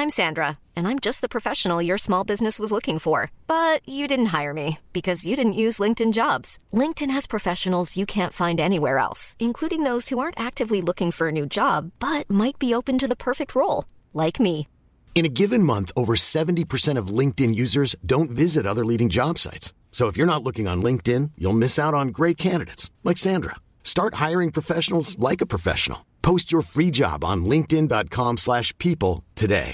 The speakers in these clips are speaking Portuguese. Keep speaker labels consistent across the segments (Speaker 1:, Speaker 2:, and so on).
Speaker 1: I'm Sandra, and I'm just the professional your small business was looking for. But you didn't hire me because you didn't use LinkedIn Jobs. LinkedIn has professionals you can't find anywhere else, including those who aren't actively looking for a new job, but might be open to the perfect role, like me.
Speaker 2: In a given month, over 70% of LinkedIn users don't visit other leading job sites. So if you're not looking on LinkedIn, you'll miss out on great candidates like Sandra. Start hiring professionals like a professional. Post your free job on linkedin.com/people today.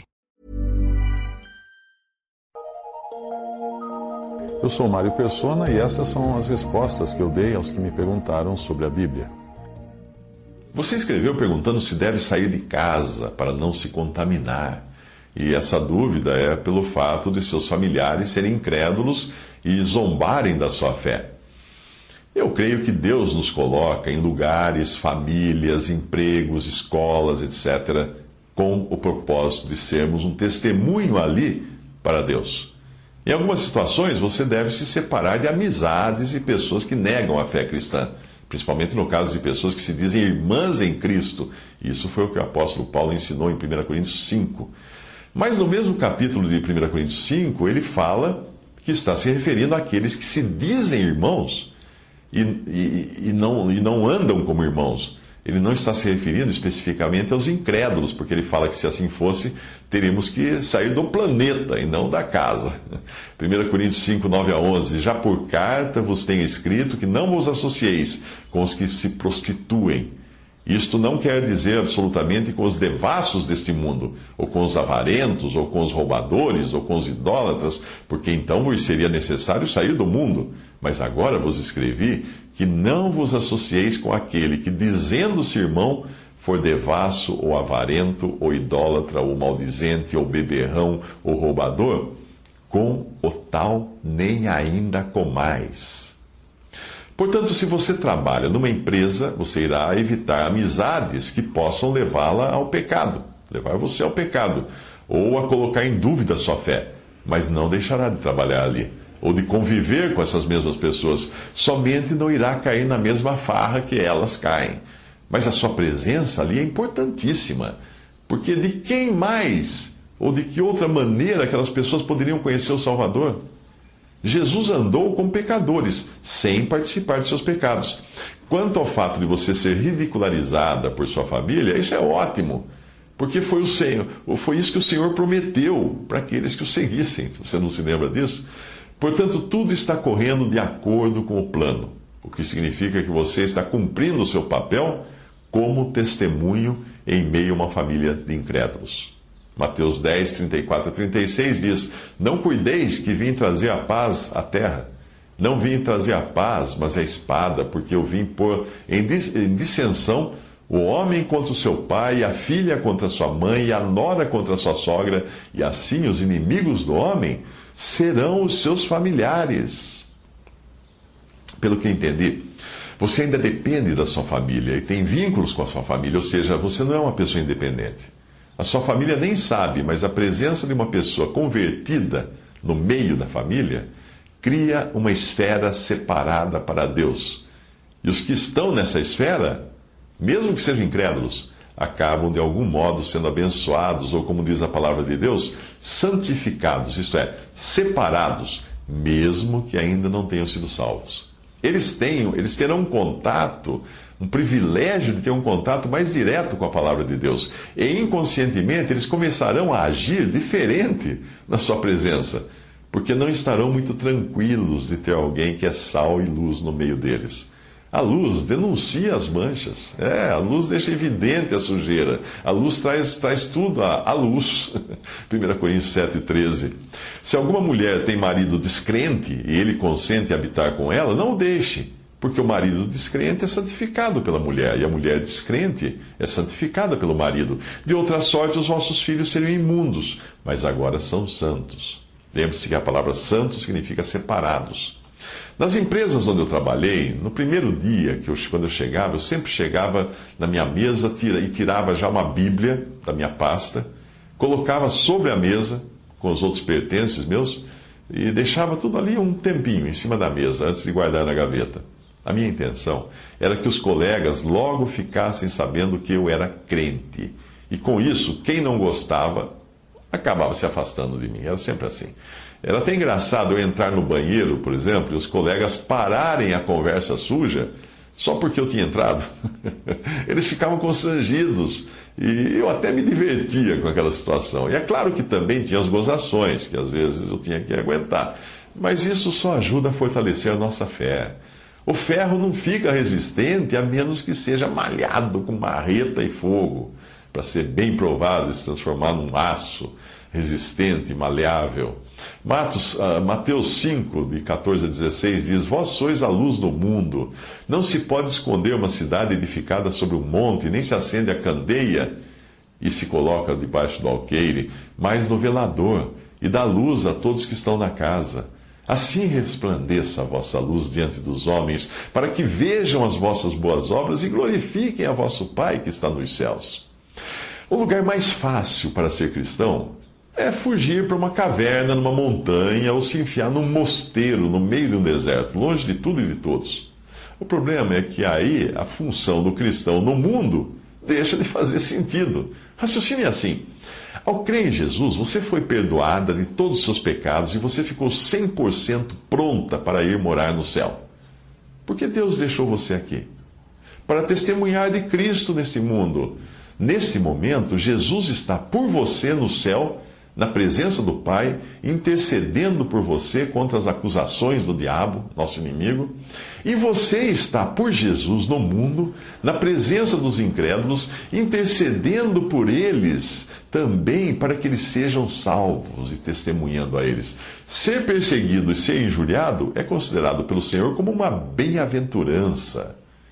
Speaker 3: Eu sou Mário Persona e essas são as respostas que eu dei aos que me perguntaram sobre a Bíblia.
Speaker 4: Você escreveu perguntando se deve sair de casa para não se contaminar. E essa dúvida é pelo fato de seus familiares serem incrédulos e zombarem da sua fé. Eu creio que Deus nos coloca em lugares, famílias, empregos, escolas, etc., com o propósito de sermos um testemunho ali para Deus. Em algumas situações, você deve se separar de amizades e pessoas que negam a fé cristã, principalmente no caso de pessoas que se dizem irmãs em Cristo. Isso foi o que o apóstolo Paulo ensinou em 1 Coríntios 5. Mas no mesmo capítulo de 1 Coríntios 5, ele fala que está se referindo àqueles que se dizem irmãos e não andam como irmãos. Ele não está se referindo especificamente aos incrédulos, porque ele fala que se assim fosse, teríamos que sair do planeta e não da casa. 1 Coríntios 5, 9 a 11. Já por carta vos tenho escrito que não vos associeis com os que se prostituem. Isto não quer dizer absolutamente com os devassos deste mundo, ou com os avarentos, ou com os roubadores, ou com os idólatras, porque então vos seria necessário sair do mundo. Mas agora vos escrevi que não vos associeis com aquele que, dizendo-se irmão, for devasso, ou avarento, ou idólatra, ou maldizente, ou beberrão, ou roubador, com o tal nem ainda comais. Portanto, se você trabalha numa empresa, você irá evitar amizades que possam levá-la ao pecado, levar você ao pecado, ou a colocar em dúvida a sua fé, mas não deixará de trabalhar ali, ou de conviver com essas mesmas pessoas, somente não irá cair na mesma farra que elas caem. Mas a sua presença ali é importantíssima, porque de quem mais, ou de que outra maneira aquelas pessoas poderiam conhecer o Salvador? Jesus andou com pecadores, sem participar de seus pecados. Quanto ao fato de você ser ridicularizada por sua família, isso é ótimo, porque foi isso que o Senhor prometeu para aqueles que o seguissem. Você não se lembra disso? Portanto, tudo está correndo de acordo com o plano, o que significa que você está cumprindo o seu papel como testemunho em meio a uma família de incrédulos. Mateus 10, 34 a 36 diz: Não cuideis que vim trazer a paz à terra. Não vim trazer a paz, mas a espada, porque eu vim pôr em dissensão o homem contra o seu pai, a filha contra a sua mãe, e a nora contra a sua sogra, e assim os inimigos do homem serão os seus familiares. Pelo que entendi, você ainda depende da sua família e tem vínculos com a sua família, ou seja, você não é uma pessoa independente. A sua família nem sabe, mas a presença de uma pessoa convertida no meio da família cria uma esfera separada para Deus. E os que estão nessa esfera, mesmo que sejam incrédulos, acabam de algum modo sendo abençoados, ou como diz a palavra de Deus, santificados, isto é, separados, mesmo que ainda não tenham sido salvos. Eles terão um contato, um privilégio de ter um contato mais direto com a palavra de Deus. E inconscientemente eles começarão a agir diferente na sua presença, porque não estarão muito tranquilos de ter alguém que é sal e luz no meio deles. A luz denuncia as manchas, a luz deixa evidente a sujeira, a luz traz tudo à luz. 1 Coríntios 7,13. Se alguma mulher tem marido descrente e ele consente habitar com ela, não o deixe, porque o marido descrente é santificado pela mulher, e a mulher descrente é santificada pelo marido. De outra sorte, os vossos filhos seriam imundos, mas agora são santos. Lembre-se que a palavra santo significa separados. Nas empresas onde eu trabalhei, no primeiro dia, quando eu chegava, eu sempre chegava na minha mesa e tirava já uma Bíblia da minha pasta, colocava sobre a mesa, com os outros pertences meus, e deixava tudo ali um tempinho em cima da mesa, antes de guardar na gaveta. A minha intenção era que os colegas logo ficassem sabendo que eu era crente. E com isso, quem não gostava, acabava se afastando de mim. Era sempre assim. Era até engraçado eu entrar no banheiro, por exemplo, e os colegas pararem a conversa suja só porque eu tinha entrado. Eles ficavam constrangidos e eu até me divertia com aquela situação. E é claro que também tinha as gozações, que às vezes eu tinha que aguentar. Mas isso só ajuda a fortalecer a nossa fé. O ferro não fica resistente a menos que seja malhado com marreta e fogo, para ser bem provado e se transformar num aço resistente, maleável. Mateus 5, de 14 a 16, diz: Vós sois a luz do mundo. Não se pode esconder uma cidade edificada sobre um monte, nem se acende a candeia e se coloca debaixo do alqueire, mas no velador, e dá luz a todos que estão na casa. Assim resplandeça a vossa luz diante dos homens, para que vejam as vossas boas obras e glorifiquem a vosso Pai que está nos céus. O lugar mais fácil para ser cristão é fugir para uma caverna, numa montanha, ou se enfiar num mosteiro, no meio de um deserto, longe de tudo e de todos. O problema é que aí a função do cristão no mundo deixa de fazer sentido. Raciocine assim. Ao crer em Jesus, você foi perdoada de todos os seus pecados e você ficou 100% pronta para ir morar no céu. Por que Deus deixou você aqui? Para testemunhar de Cristo nesse mundo. Nesse momento, Jesus está por você no céu, na presença do Pai, intercedendo por você contra as acusações do diabo, nosso inimigo, e você está por Jesus no mundo, na presença dos incrédulos, intercedendo por eles também para que eles sejam salvos e testemunhando a eles. Ser perseguido e ser injuriado é considerado pelo Senhor como uma bem-aventurança.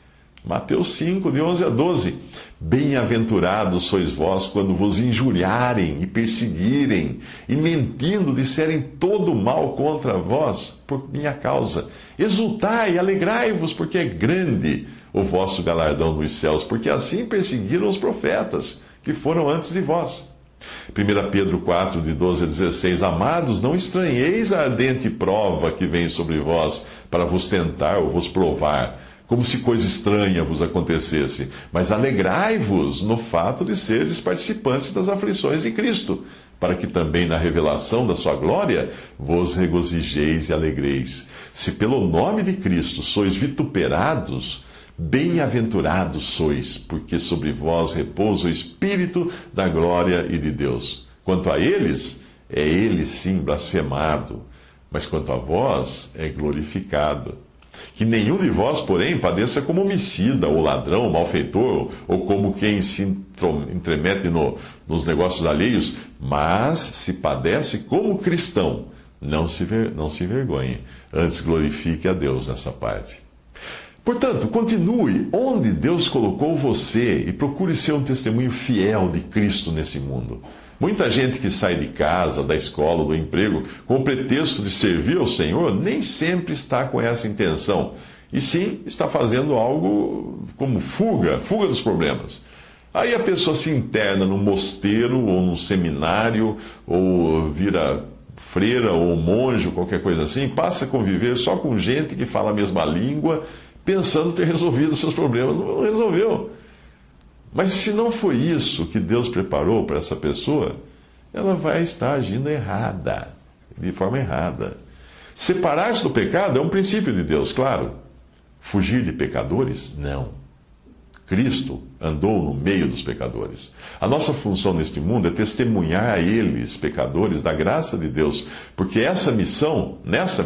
Speaker 4: Mateus 5, de 11 a 12. Bem-aventurados sois vós quando vos injuriarem e perseguirem, e mentindo disserem todo mal contra vós por minha causa. Exultai e alegrai-vos, porque é grande o vosso galardão nos céus, porque assim perseguiram os profetas que foram antes de vós. 1 Pedro 4, de 12 a 16. Amados, não estranheis a ardente prova que vem sobre vós para vos tentar ou vos provar, como se coisa estranha vos acontecesse, mas alegrai-vos no fato de seres participantes das aflições de Cristo, para que também na revelação da sua glória vos regozijeis e alegreis. Se pelo nome de Cristo sois vituperados, bem-aventurados sois, porque sobre vós repousa o Espírito da glória e de Deus. Quanto a eles, é ele sim blasfemado, mas quanto a vós, é glorificado. Que nenhum de vós, porém, padeça como homicida, ou ladrão, ou malfeitor, ou como quem se entremete nos negócios alheios, mas se padece como cristão, não se envergonhe, antes glorifique a Deus nessa parte. Portanto, continue onde Deus colocou você e procure ser um testemunho fiel de Cristo nesse mundo. Muita gente que sai de casa, da escola, do emprego, com o pretexto de servir ao Senhor, nem sempre está com essa intenção. E sim, está fazendo algo como fuga dos problemas. Aí a pessoa se interna num mosteiro, ou num seminário, ou vira freira, ou monge, ou qualquer coisa assim, passa a conviver só com gente que fala a mesma língua, pensando ter resolvido seus problemas. Não resolveu. Mas se não foi isso que Deus preparou para essa pessoa, ela vai estar agindo errada, de forma errada. Separar-se do pecado é um princípio de Deus, claro. Fugir de pecadores, não. Cristo andou no meio dos pecadores. A nossa função neste mundo é testemunhar a eles, pecadores, da graça de Deus, porque nessa missão,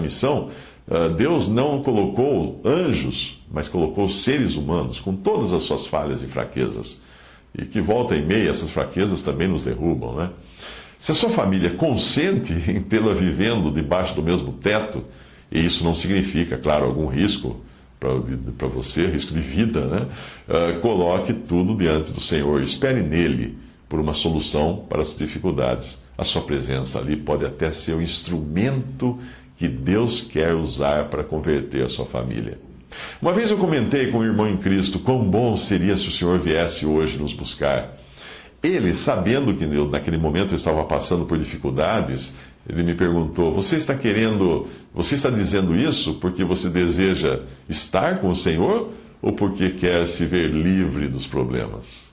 Speaker 4: Deus não colocou anjos, mas colocou seres humanos, com todas as suas falhas e fraquezas. E que volta e meia, essas fraquezas também nos derrubam, né? Se a sua família consente em tê-la vivendo debaixo do mesmo teto, e isso não significa, claro, algum risco para você, risco de vida, né? Coloque tudo diante do Senhor, espere nele por uma solução para as dificuldades. A sua presença ali pode até ser o instrumento que Deus quer usar para converter a sua família. Uma vez eu comentei com um irmão em Cristo quão bom seria se o Senhor viesse hoje nos buscar. Ele, sabendo que naquele momento eu estava passando por dificuldades, ele me perguntou: você está dizendo isso porque você deseja estar com o Senhor ou porque quer se ver livre dos problemas?